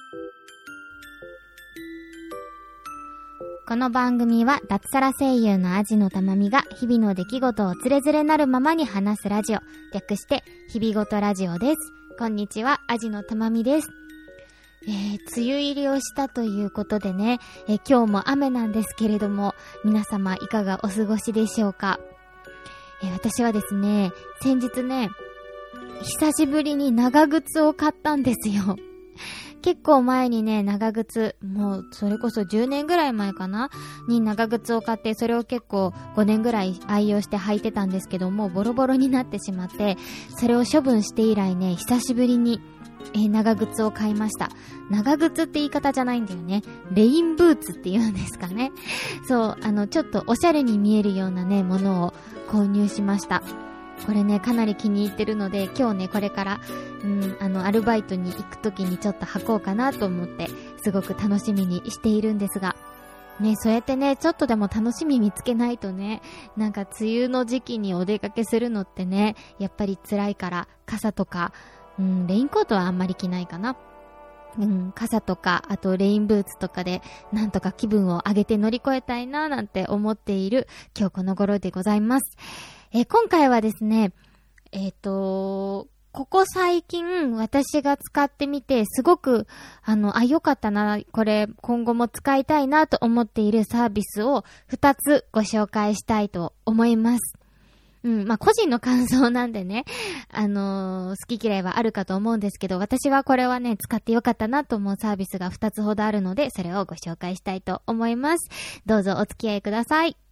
この番組は脱サラ声優のアジのたまみが日々の出来事をつれづれなるままに話すラジオ、略して日々ごとラジオです。こんにちは、アジのたまみです。梅雨入りをしたということでね、今日も雨なんですけれども、皆様いかがお過ごしでしょうか。私はですね、先日ね、久しぶりに長靴を買ったんですよ。結構前にね、長靴、もうそれこそ10年ぐらい前かなに長靴を買って、それを結構5年ぐらい愛用して履いてたんですけども、ボロボロになってしまって、それを処分して以来ね、久しぶりに長靴を買いました。長靴って言い方じゃないんだよね。レインブーツって言うんですかね。そう、ちょっとおしゃれに見えるようなね、ものを購入しました。これね、かなり気に入ってるので、今日ね、これから、アルバイトに行くときにちょっと履こうかなと思って、すごく楽しみにしているんですが、ね、そうやってね、ちょっとでも楽しみ見つけないとね、なんか梅雨の時期にお出かけするのってね、やっぱり辛いから、傘とか、レインコートはあんまり着ないかな。傘とか、あとレインブーツとかで、なんとか気分を上げて乗り越えたいな、なんて思っている、今日この頃でございます。今回はですね、ここ最近私が使ってみて、すごく、良かったな、これ今後も使いたいなと思っているサービスを2つご紹介したいと思います。個人の感想なんでね、好き嫌いはあるかと思うんですけど、私はこれはね、使ってよかったなと思うサービスが2つほどあるので、それをご紹介したいと思います。どうぞお付き合いください。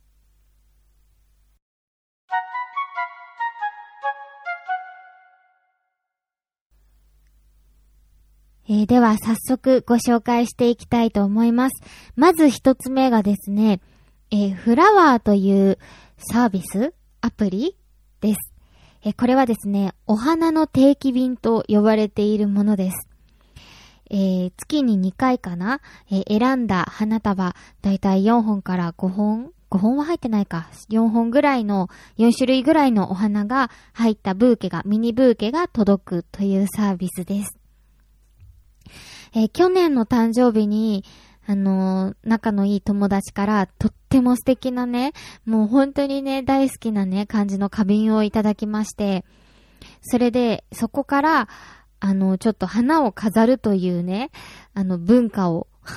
では早速ご紹介していきたいと思います。まず一つ目がですね、フラワーというサービス、アプリです。これはですね、お花の定期便と呼ばれているものです。月に2回かな、選んだ花束、だいたい4本から5本は入ってないか。4本ぐらいの、4種類ぐらいのお花が入ったミニブーケが届くというサービスです。去年の誕生日に、仲のいい友達からとっても素敵なね、もう本当にね、大好きなね、感じの花瓶をいただきまして、それで、そこから、ちょっと花を飾るというね、文化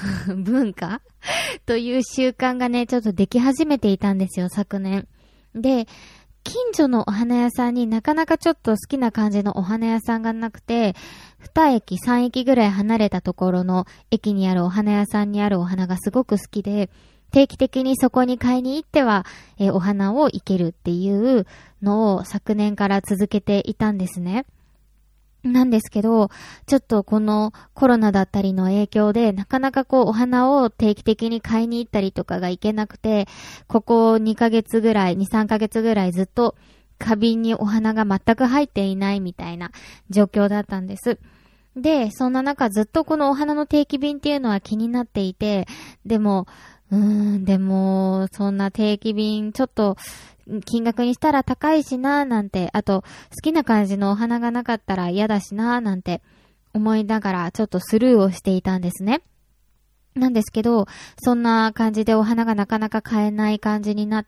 という習慣がね、ちょっとでき始めていたんですよ、昨年。で、近所のお花屋さんになかなかちょっと好きな感じのお花屋さんがなくて、2駅3駅ぐらい離れたところの駅にあるお花屋さんにあるお花がすごく好きで、定期的にそこに買いに行っては、お花を生けるっていうのを昨年から続けていたんですね。なんですけど、ちょっとこのコロナだったりの影響で、なかなかお花を定期的に買いに行ったりとかがいけなくて、ここ2、3ヶ月ぐらいずっと花瓶にお花が全く入っていないみたいな状況だったんです。で、そんな中ずっとこのお花の定期便っていうのは気になっていて、でも、そんな定期便ちょっと、金額にしたら高いしなーなんて、あと好きな感じのお花がなかったら嫌だしなーなんて思いながらちょっとスルーをしていたんですね。なんですけど、そんな感じでお花がなかなか買えない感じになって、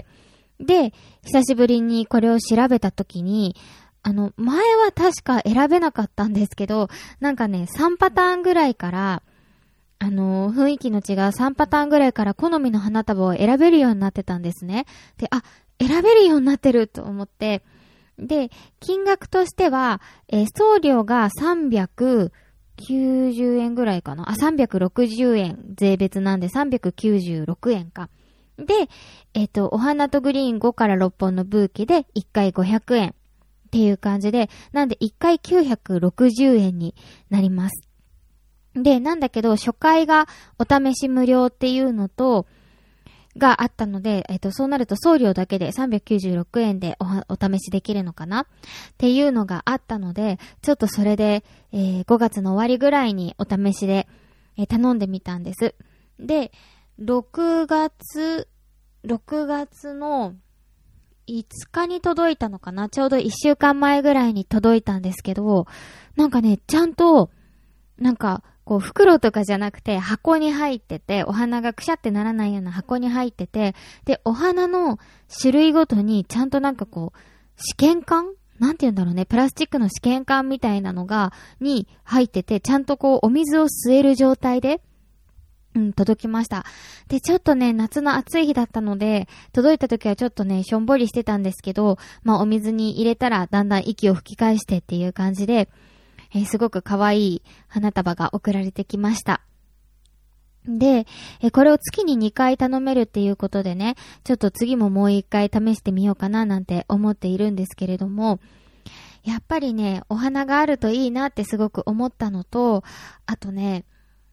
で、久しぶりにこれを調べたときに、前は確か選べなかったんですけど、なんかね、3パターンぐらいから、雰囲気の違う3パターンぐらいから好みの花束を選べるようになってたんですね。で、選べるようになってると思って、で、金額としては、送料が390円ぐらいかな。360円税別なんで396円か。で、お花とグリーン5から6本のブーケで1回500円っていう感じで、なんで1回960円になります。で、なんだけど、初回がお試し無料っていうのと、があったので、そうなると送料だけで396円でお試しできるのかなっていうのがあったので、ちょっとそれで、5月の終わりぐらいにお試しで、頼んでみたんです。で、6月の5日に届いたのかな、ちょうど1週間前ぐらいに届いたんですけど、なんかね、ちゃんと、なんか、 こう袋とかじゃなくて箱に入ってて、お花がくしゃってならないような箱に入ってて、で、お花の種類ごとにちゃんとなんかこう、試験管なんて言うんだろうね、プラスチックの試験管みたいなのに入ってて、ちゃんとこうお水を吸える状態で、届きました。で、ちょっとね、夏の暑い日だったので、届いた時はちょっとね、しょんぼりしてたんですけど、お水に入れたらだんだん息を吹き返してっていう感じで、すごく可愛い花束が送られてきました。で、これを月に2回頼めるっていうことでね、ちょっと次ももう1回試してみようかななんて思っているんですけれども、やっぱりね、お花があるといいなってすごく思ったのと、あとね、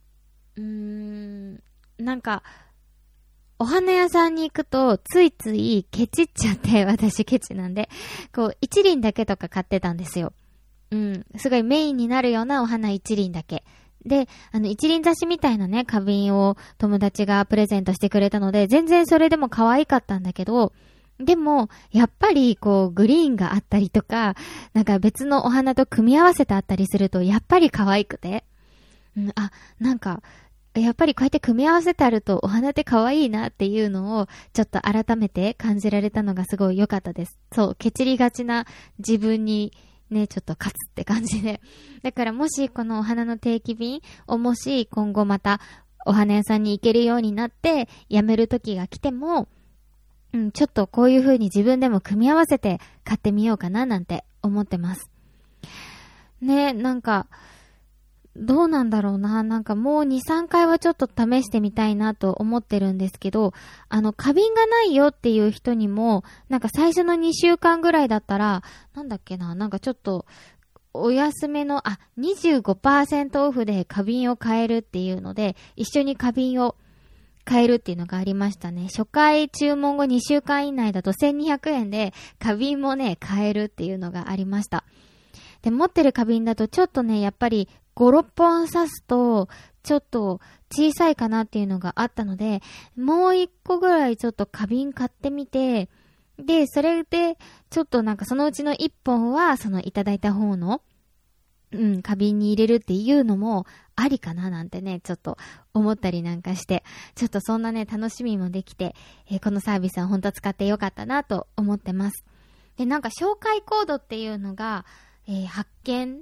なんか、お花屋さんに行くと、ついついケチっちゃって、私ケチなんで、こう、一輪だけとか買ってたんですよ。すごいメインになるようなお花一輪だけ。で、一輪挿しみたいなね、花瓶を友達がプレゼントしてくれたので、全然それでも可愛かったんだけど、でも、やっぱり、こう、グリーンがあったりとか、なんか別のお花と組み合わせてあったりすると、やっぱり可愛くて、なんか、やっぱりこうやって組み合わせてあるとお花って可愛いなっていうのをちょっと改めて感じられたのがすごい良かったです。そう、ケチりがちな自分にね、ちょっと勝つって感じで。だからもしこのお花の定期便をもし今後またお花屋さんに行けるようになって辞める時が来ても、ちょっとこういう風に自分でも組み合わせて買ってみようかななんて思ってます。ね、なんか、どうなんだろうな。なんかもう2、3回はちょっと試してみたいなと思ってるんですけど、花瓶がないよっていう人にも、なんか最初の2週間ぐらいだったら、なんだっけな、なんかちょっと、お安めの、25% オフで花瓶を買えるっていうので、一緒に花瓶を買えるっていうのがありましたね。初回注文後2週間以内だと1200円で花瓶もね、買えるっていうのがありました。で、持ってる花瓶だとちょっとね、やっぱり5、6本刺すと、ちょっと小さいかなっていうのがあったので、もう1個ぐらいちょっと花瓶買ってみて、で、それで、ちょっとなんかそのうちの1本は、そのいただいた方の、花瓶に入れるっていうのもありかななんてね、ちょっと思ったりなんかして、ちょっとそんなね、楽しみもできて、このサービスは本当使ってよかったなと思ってます。で、なんか紹介コードっていうのが、発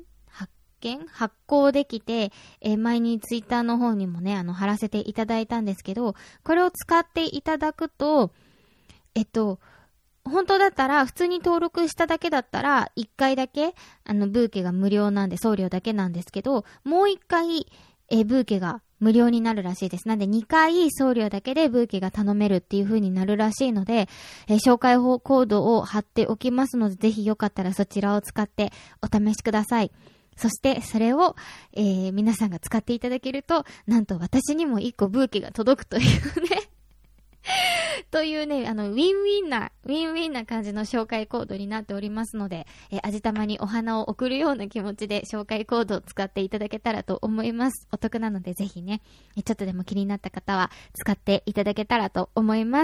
行できて、前にツイッターの方にもね、貼らせていただいたんですけど、これを使っていただくと、本当だったら、普通に登録しただけだったら、1回だけ、ブーケが無料なんで、送料だけなんですけど、もう1回、ブーケが無料になるらしいです。なんで2回送料だけでブーケが頼めるっていう風になるらしいので、紹介コードを貼っておきますので、ぜひよかったらそちらを使ってお試しください。そしてそれを、皆さんが使っていただけると、なんと私にも1個ブーケが届くというねというね、ウィンウィンな感じの紹介コードになっておりますので、味玉にお花を送るような気持ちで紹介コードを使っていただけたらと思います。お得なのでぜひね、ちょっとでも気になった方は使っていただけたらと思います。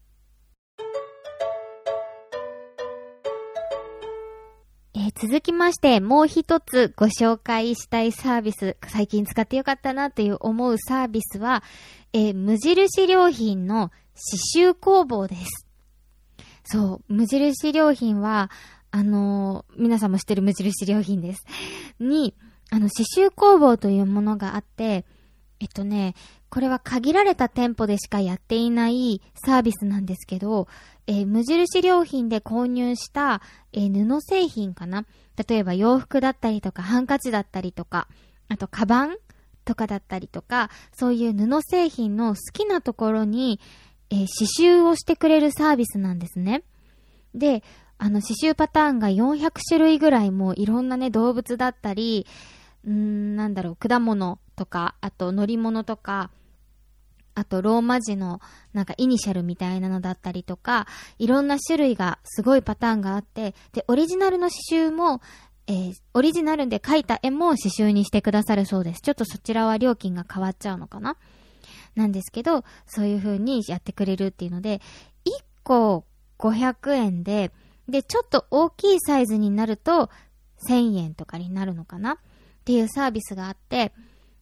続きましてもう一つご紹介したいサービス、最近使ってよかったなという思うサービスは、無印良品の刺繍工房です。そう、無印良品は皆さんも知ってる無印良品ですに刺繍工房というものがあって、これは限られた店舗でしかやっていないサービスなんですけど、無印良品で購入した、布製品かな。例えば洋服だったりとかハンカチだったりとか、あとカバンとかだったりとか、そういう布製品の好きなところに、刺繍をしてくれるサービスなんですね。で、刺繍パターンが400種類ぐらいもういろんなね、動物だったり、果物とか、あと乗り物とか、あとローマ字のなんかイニシャルみたいなのだったりとか、いろんな種類がすごいパターンがあって、で、オリジナルの刺繍も、オリジナルで描いた絵も刺繍にしてくださるそうです。ちょっとそちらは料金が変わっちゃうのかななんですけど、そういう風にやってくれるっていうので、1個500円で、ちょっと大きいサイズになると1000円とかになるのかなっていうサービスがあって、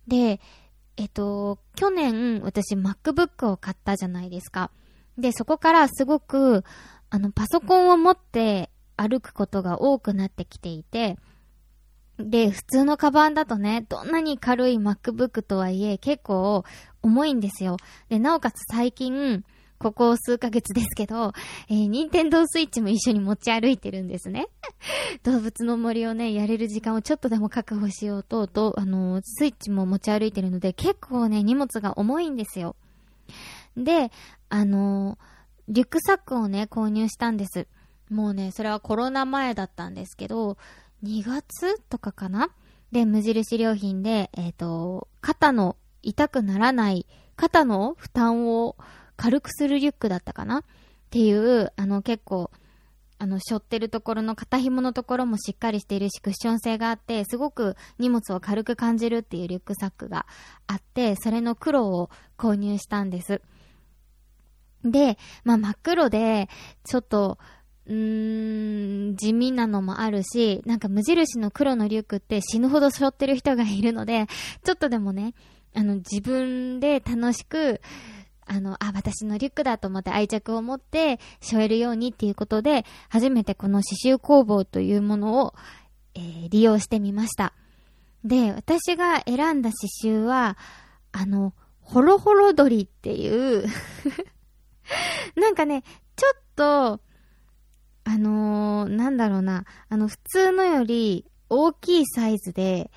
で、去年私 MacBook を買ったじゃないですか。で、そこからすごく、パソコンを持って歩くことが多くなってきていて、で、普通のカバンだとね、どんなに軽い MacBook とはいえ結構重いんですよ。で、なおかつ最近、ここ数ヶ月ですけど、任天堂スイッチも一緒に持ち歩いてるんですね。動物の森をね、やれる時間をちょっとでも確保しようと、スイッチも持ち歩いてるので、結構ね、荷物が重いんですよ。で、リュックサックをね、購入したんです。もうね、それはコロナ前だったんですけど、2月とかかな？で、無印良品で、肩の痛くならない、肩の負担を軽くするリュックだったかなっていう、結構、背負ってるところの肩紐のところもしっかりしているし、クッション性があって、すごく荷物を軽く感じるっていうリュックサックがあって、それの黒を購入したんです。で、真っ黒で、ちょっと、地味なのもあるし、なんか無印の黒のリュックって死ぬほど背負ってる人がいるので、ちょっとでもね、自分で楽しく、私のリュックだと思って愛着を持って背負えるようにっていうことで、初めてこの刺繍工房というものを、利用してみました。で、私が選んだ刺繍は、ホロホロ鳥っていうなんかね、ちょっと、なんだろうな、普通のより大きいサイズで、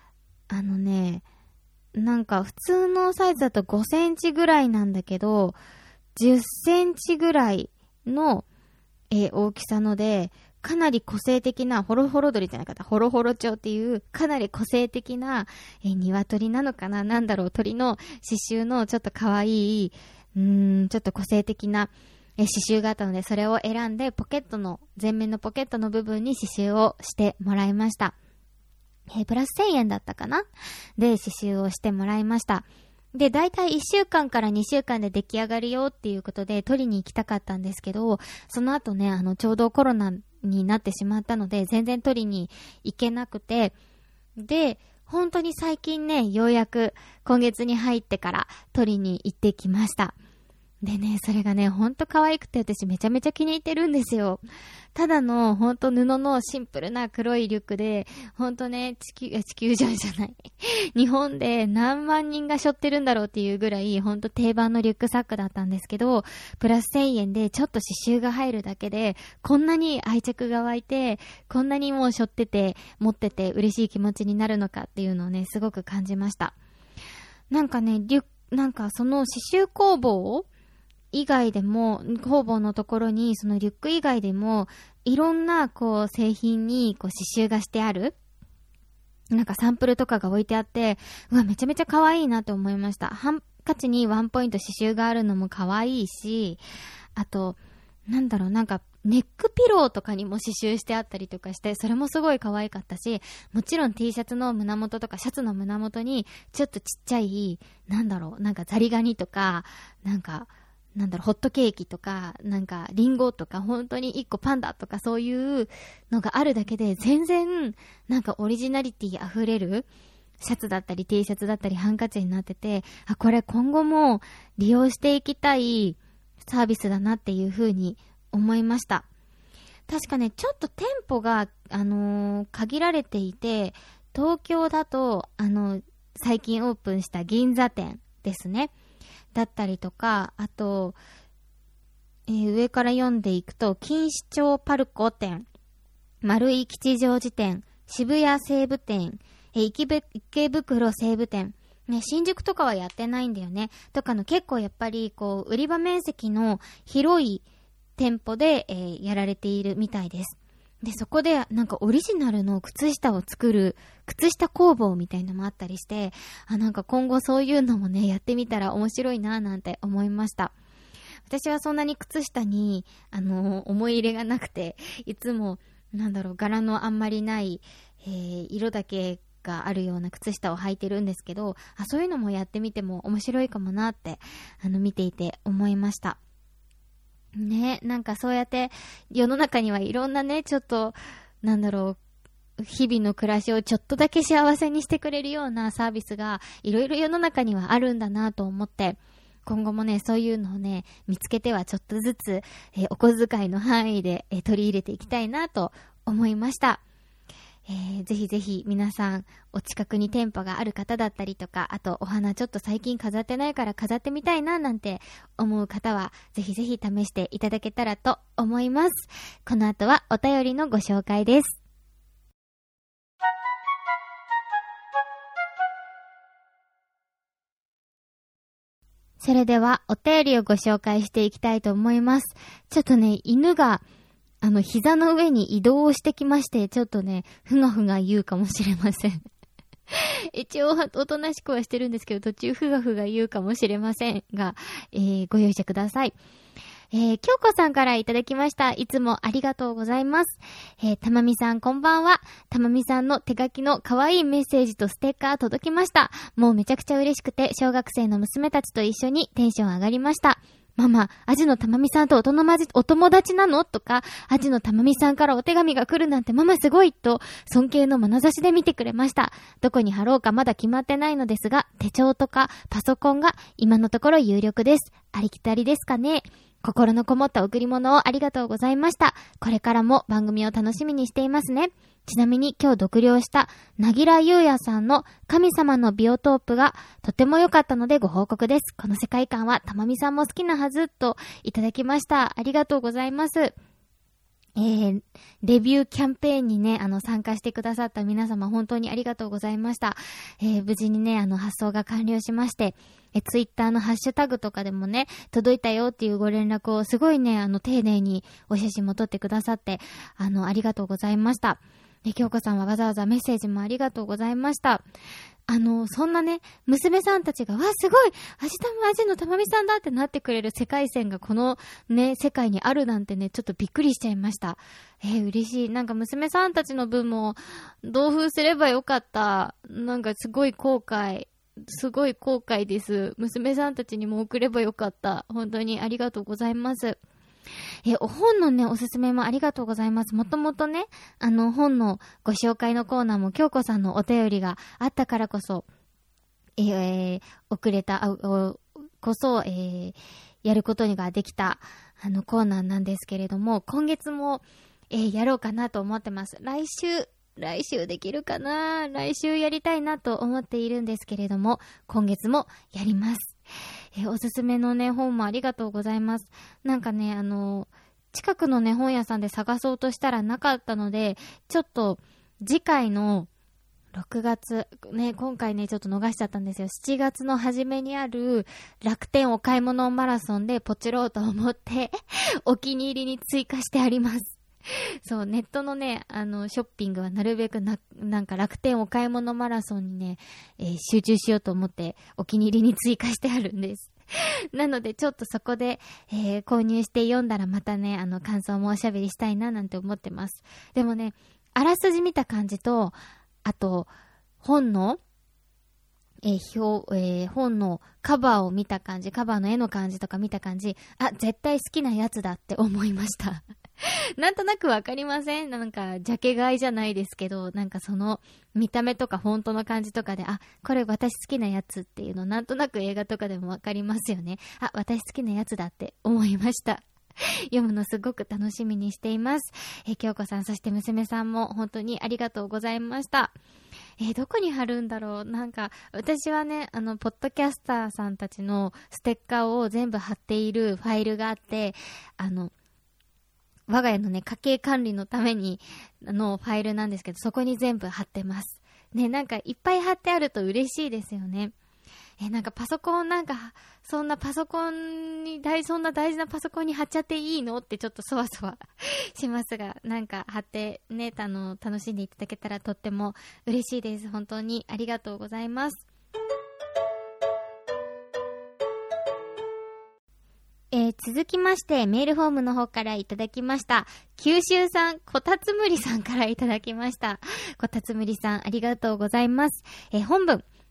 なんか普通のサイズだと5センチぐらいなんだけど、10センチぐらいの、大きさので、かなり個性的な、ホロホロ鳥じゃなかった、ホロホロ鳥っていう、かなり個性的な、鶏なのかな、なんだろう、鳥の刺繍のちょっと可愛い、ちょっと個性的な、刺繍があったので、それを選んで、前面のポケットの部分に刺繍をしてもらいました。プラス1000円だったかなで、刺繍をしてもらいました。で、だいたい1週間から2週間で出来上がるよっていうことで取りに行きたかったんですけど、その後ね、ちょうどコロナになってしまったので、全然取りに行けなくて、で、本当に最近ね、ようやく今月に入ってから取りに行ってきました。でね、それがね、ほんと可愛くて私めちゃめちゃ気に入ってるんですよ。ただのほんと布のシンプルな黒いリュックで、ほんとね、地球上じゃない。日本で何万人が背負ってるんだろうっていうぐらい、ほんと定番のリュックサックだったんですけど、プラス1000円でちょっと刺繍が入るだけで、こんなに愛着が湧いて、こんなにもう背負ってて、持ってて嬉しい気持ちになるのかっていうのをね、すごく感じました。なんかね、なんかその刺繍工房以外でも、工房のところに、そのリュック以外でも、いろんな、製品に、刺繍がしてある。なんかサンプルとかが置いてあって、めちゃめちゃ可愛いなと思いました。ハンカチにワンポイント刺繍があるのも可愛いし、あと、なんだろう、なんか、ネックピローとかにも刺繍してあったりとかして、それもすごい可愛かったし、もちろん T シャツの胸元とかシャツの胸元に、ちょっとちっちゃい、なんだろう、なんかザリガニとか、ホットケーキとか、なんかリンゴとか、本当に一個パンダとかそういうのがあるだけで、全然なんかオリジナリティ溢れるシャツだったり T シャツだったりハンカチになってて、これ今後も利用していきたいサービスだなっていう風に思いました。確かね、ちょっと店舗が、限られていて、東京だと、最近オープンした銀座店ですね。だったりとか、あと、上から読んでいくと、錦糸町パルコ店、丸井吉祥寺店、渋谷西武店、池袋西武店、ね、新宿とかはやってないんだよね。とかの結構やっぱり、売り場面積の広い店舗で、やられているみたいです。で、そこでなんかオリジナルの靴下を作る靴下工房みたいのもあったりして、なんか今後そういうのもね、やってみたら面白いななんて思いました。私はそんなに靴下に、思い入れがなくて、いつも、柄のあんまりない、色だけがあるような靴下を履いてるんですけど、そういうのもやってみても面白いかもなって、見ていて思いました。ね、なんかそうやって世の中にはいろんなね、ちょっと、 日々の暮らしをちょっとだけ幸せにしてくれるようなサービスがいろいろ世の中にはあるんだなと思って、今後もね、そういうのをね、見つけてはちょっとずつ、お小遣いの範囲で、取り入れていきたいなと思いました。ぜひぜひ皆さんお近くに店舗がある方だったりとか、あとお花ちょっと最近飾ってないから飾ってみたいななんて思う方はぜひぜひ試していただけたらと思います。この後はお便りのご紹介です。それではお便りをご紹介していきたいと思います。ちょっとね、犬が膝の上に移動をしてきまして、ちょっとね、ふがふが言うかもしれません。一応、おとなしくはしてるんですけど、途中ふがふが言うかもしれませんが、ご容赦ください。京子さんからいただきました。いつもありがとうございます。たまみさんこんばんは。たまみさんの手書きの可愛いメッセージとステッカー届きました。もうめちゃくちゃ嬉しくて、小学生の娘たちと一緒にテンション上がりました。ママ、アジのたまみさんとお友達なのとか、アジのたまみさんからお手紙が来るなんてママすごいと、尊敬の眼差しで見てくれました。どこに貼ろうかまだ決まってないのですが、手帳とかパソコンが今のところ有力です。ありきたりですかね。心のこもった贈り物をありがとうございました。これからも番組を楽しみにしていますね。ちなみに今日読了したなぎらゆうやさんの神様のビオトープがとても良かったのでご報告です。この世界観はたまみさんも好きなはずといただきました。ありがとうございます。レビューキャンペーンにね、参加してくださった皆様本当にありがとうございました。無事にね、発送が完了しまして、ツイッターのハッシュタグとかでもね、届いたよっていうご連絡をすごいね、丁寧にお写真も撮ってくださって、ありがとうございました。京子さんはわざわざメッセージもありがとうございました。そんなね、娘さんたちが、わ、すごいアジのたまみさんだってなってくれる世界線がこのね、世界にあるなんてね、ちょっとびっくりしちゃいました。嬉しい。なんか娘さんたちの分も、同封すればよかった。なんかすごい後悔です。娘さんたちにも送ればよかった。本当にありがとうございます。お本のね、おすすめもありがとうございます。もともとね、本のご紹介のコーナーも京子さんのお便りがあったからこそ、やることができた、コーナーなんですけれども、今月も、やろうかなと思ってます。来週できるかな？来週やりたいなと思っているんですけれども、今月もやります。おすすめのね、本もありがとうございます。なんかね、近くのね、本屋さんで探そうとしたらなかったので、ちょっと次回の6月、ね、今回ね、ちょっと逃しちゃったんですよ。7月の初めにある楽天お買い物マラソンでポチろうと思って、お気に入りに追加してあります。そう、ネットのね、ショッピングはなるべくなんか楽天お買い物マラソンにね、集中しようと思ってお気に入りに追加してあるんです。なのでちょっとそこで、購入して読んだらまたね、感想もおしゃべりしたいななんて思ってます。でもね、あらすじ見た感じと、あと、本のカバーを見た感じ、カバーの絵の感じとか見た感じ、あ、絶対好きなやつだって思いました。なんとなくわかりません？なんか、ジャケ買いじゃないですけど、なんかその、見た目とかフォントの感じとかで、あ、これ私好きなやつっていうの、なんとなく映画とかでもわかりますよね。あ、私好きなやつだって思いました。読むのすごく楽しみにしています。京子さん、そして娘さんも本当にありがとうございました。どこに貼るんだろう。なんか、私はね、ポッドキャスターさんたちのステッカーを全部貼っているファイルがあって、我が家のね、家計管理のために、ファイルなんですけど、そこに全部貼ってます。ね、なんかいっぱい貼ってあると嬉しいですよね。なんかパソコンなんか、そんな大事なパソコンに貼っちゃっていいのってちょっとそわそわしますが、なんか貼ってね、楽しんでいただけたらとっても嬉しいです。本当にありがとうございます。続きましてメールフォームの方からいただきました。九州産こたつむりさんからいただきました。こたつむりさんありがとうございます。本文、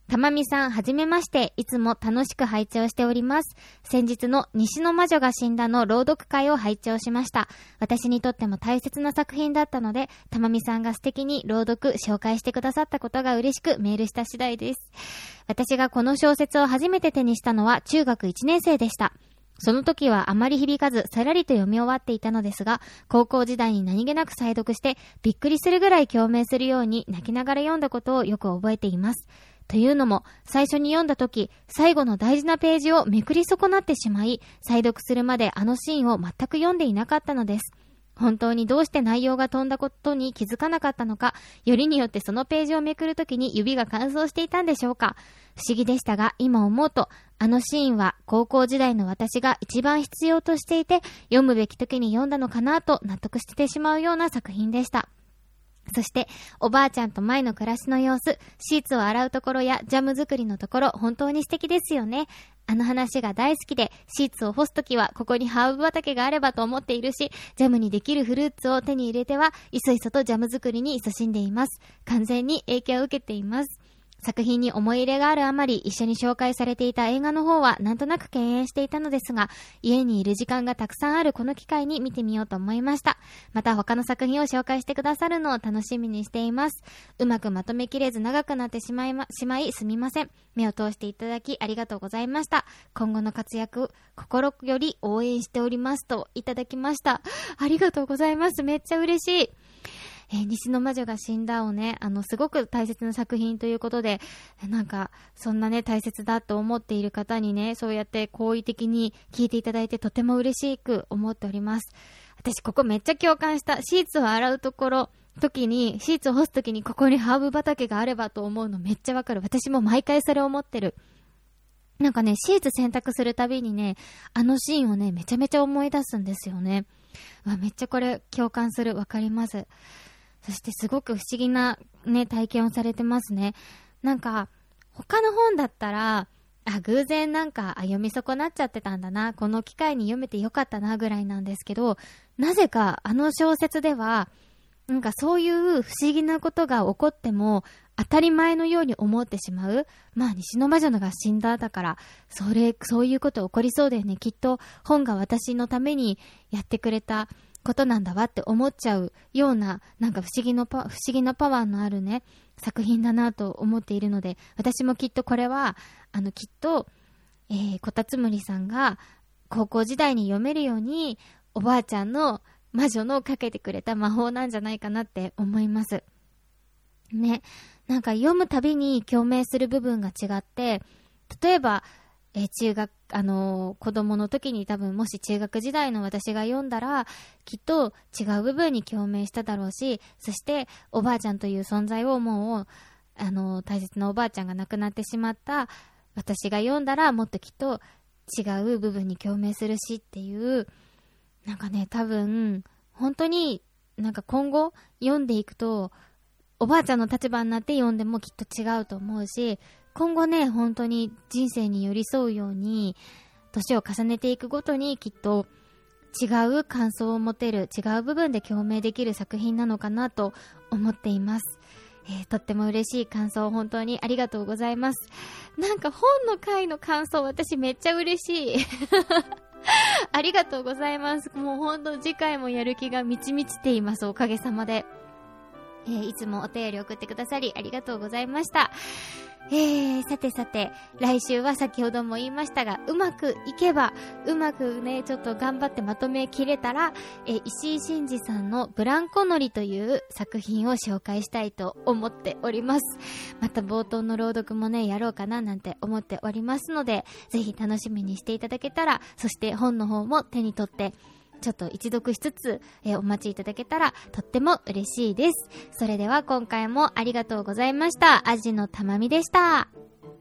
たまみさんはじめまして、いつも楽しく拝聴しております。先日の西の魔女が死んだの朗読会を拝聴しました。私にとっても大切な作品だったので、たまみさんが素敵に朗読紹介してくださったことが嬉しくメールした次第です。私がこの小説を初めて手にしたのは中学1年生でした。その時はあまり響かずさらりと読み終わっていたのですが、高校時代に何気なく再読してびっくりするぐらい共鳴するように泣きながら読んだことをよく覚えています。というのも、最初に読んだ時、最後の大事なページをめくり損なってしまい、再読するまであのシーンを全く読んでいなかったのです。本当にどうして内容が飛んだことに気づかなかったのか、よりによってそのページをめくるときに指が乾燥していたんでしょうか。不思議でしたが、今思うと、あのシーンは高校時代の私が一番必要としていて、読むべき時に読んだのかなと納得してしまうような作品でした。そして、おばあちゃんと舞の暮らしの様子、シーツを洗うところやジャム作りのところ、本当に素敵ですよね。あの話が大好きで、シーツを干すときはここにハーブ畑があればと思っているし、ジャムにできるフルーツを手に入れては、いそいそとジャム作りに勤しんでいます。完全に影響を受けています。作品に思い入れがあるあまり、一緒に紹介されていた映画の方はなんとなく敬遠していたのですが、家にいる時間がたくさんあるこの機会に見てみようと思いました。また他の作品を紹介してくださるのを楽しみにしています。うまくまとめきれず長くなってしまいすみません。目を通していただきありがとうございました。今後の活躍、心より応援しておりますといただきました。ありがとうございます。めっちゃ嬉しい。西の魔女が死んだをね、すごく大切な作品ということで、なんか、そんなね、大切だと思っている方にね、そうやって好意的に聞いていただいてとても嬉しく思っております。私、ここめっちゃ共感した。シーツを洗う時に、シーツを干す時にここにハーブ畑があればと思うのめっちゃわかる。私も毎回それ思ってる。なんかね、シーツ洗濯するたびにね、あのシーンをね、めちゃめちゃ思い出すんですよね。めっちゃこれ共感する。わかります。そしてすごく不思議なね、体験をされてますね。なんか、他の本だったら、偶然読み損なっちゃってたんだな、この機会に読めてよかったな、ぐらいなんですけど、なぜかあの小説では、なんかそういう不思議なことが起こっても、当たり前のように思ってしまう。西の魔女が死んだだから、そういうこと起こりそうだよね。きっと本が私のためにやってくれたことなんだわって思っちゃうような、なんか不思議なパワーのあるね、作品だなと思っているので、私もきっとこれは、きっと、こたつむりさんが高校時代に読めるように、おばあちゃんの魔女のかけてくれた魔法なんじゃないかなって思います。ね。なんか読むたびに共鳴する部分が違って、例えば、子供の時に多分もし中学時代の私が読んだら、きっと違う部分に共鳴しただろうし、そしておばあちゃんという存在をもう、大切なおばあちゃんが亡くなってしまった私が読んだら、もっときっと違う部分に共鳴するしっていう、なんかね、多分、本当になんか今後読んでいくと、おばあちゃんの立場になって読んでもきっと違うと思うし、今後ね、本当に人生に寄り添うように、年を重ねていくごとにきっと違う感想を持てる、違う部分で共鳴できる作品なのかなと思っています。とっても嬉しい感想を本当にありがとうございます。なんか本の回の感想、私めっちゃ嬉しい。ありがとうございます。もう本当次回もやる気が満ち満ちています。おかげさまで。いつもお便り送ってくださりありがとうございました。さて、来週は先ほども言いましたが、うまくいけば、うまくね、ちょっと頑張ってまとめきれたら、石井真二さんのブランコ乗りという作品を紹介したいと思っております。また冒頭の朗読もね、やろうかななんて思っておりますので、ぜひ楽しみにしていただけたら、そして本の方も手に取って、ちょっと一読しつつ、お待ちいただけたらとっても嬉しいです。それでは今回もありがとうございました。アジのたまみでした。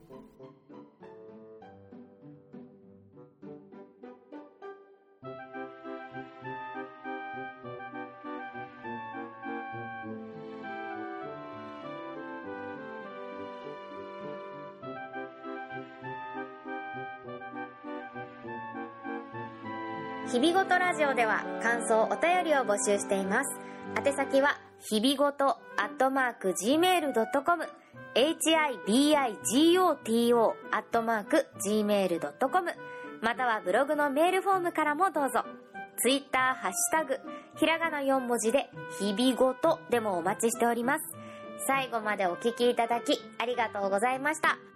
日々ごとラジオでは感想お便りを募集しています。宛先は日々ごと@gmail.com hibigoto@gmail.com またはブログのメールフォームからもどうぞ。ツイッターハッシュタグひらがな4文字でひびごとでもお待ちしております。最後までお聞きいただきありがとうございました。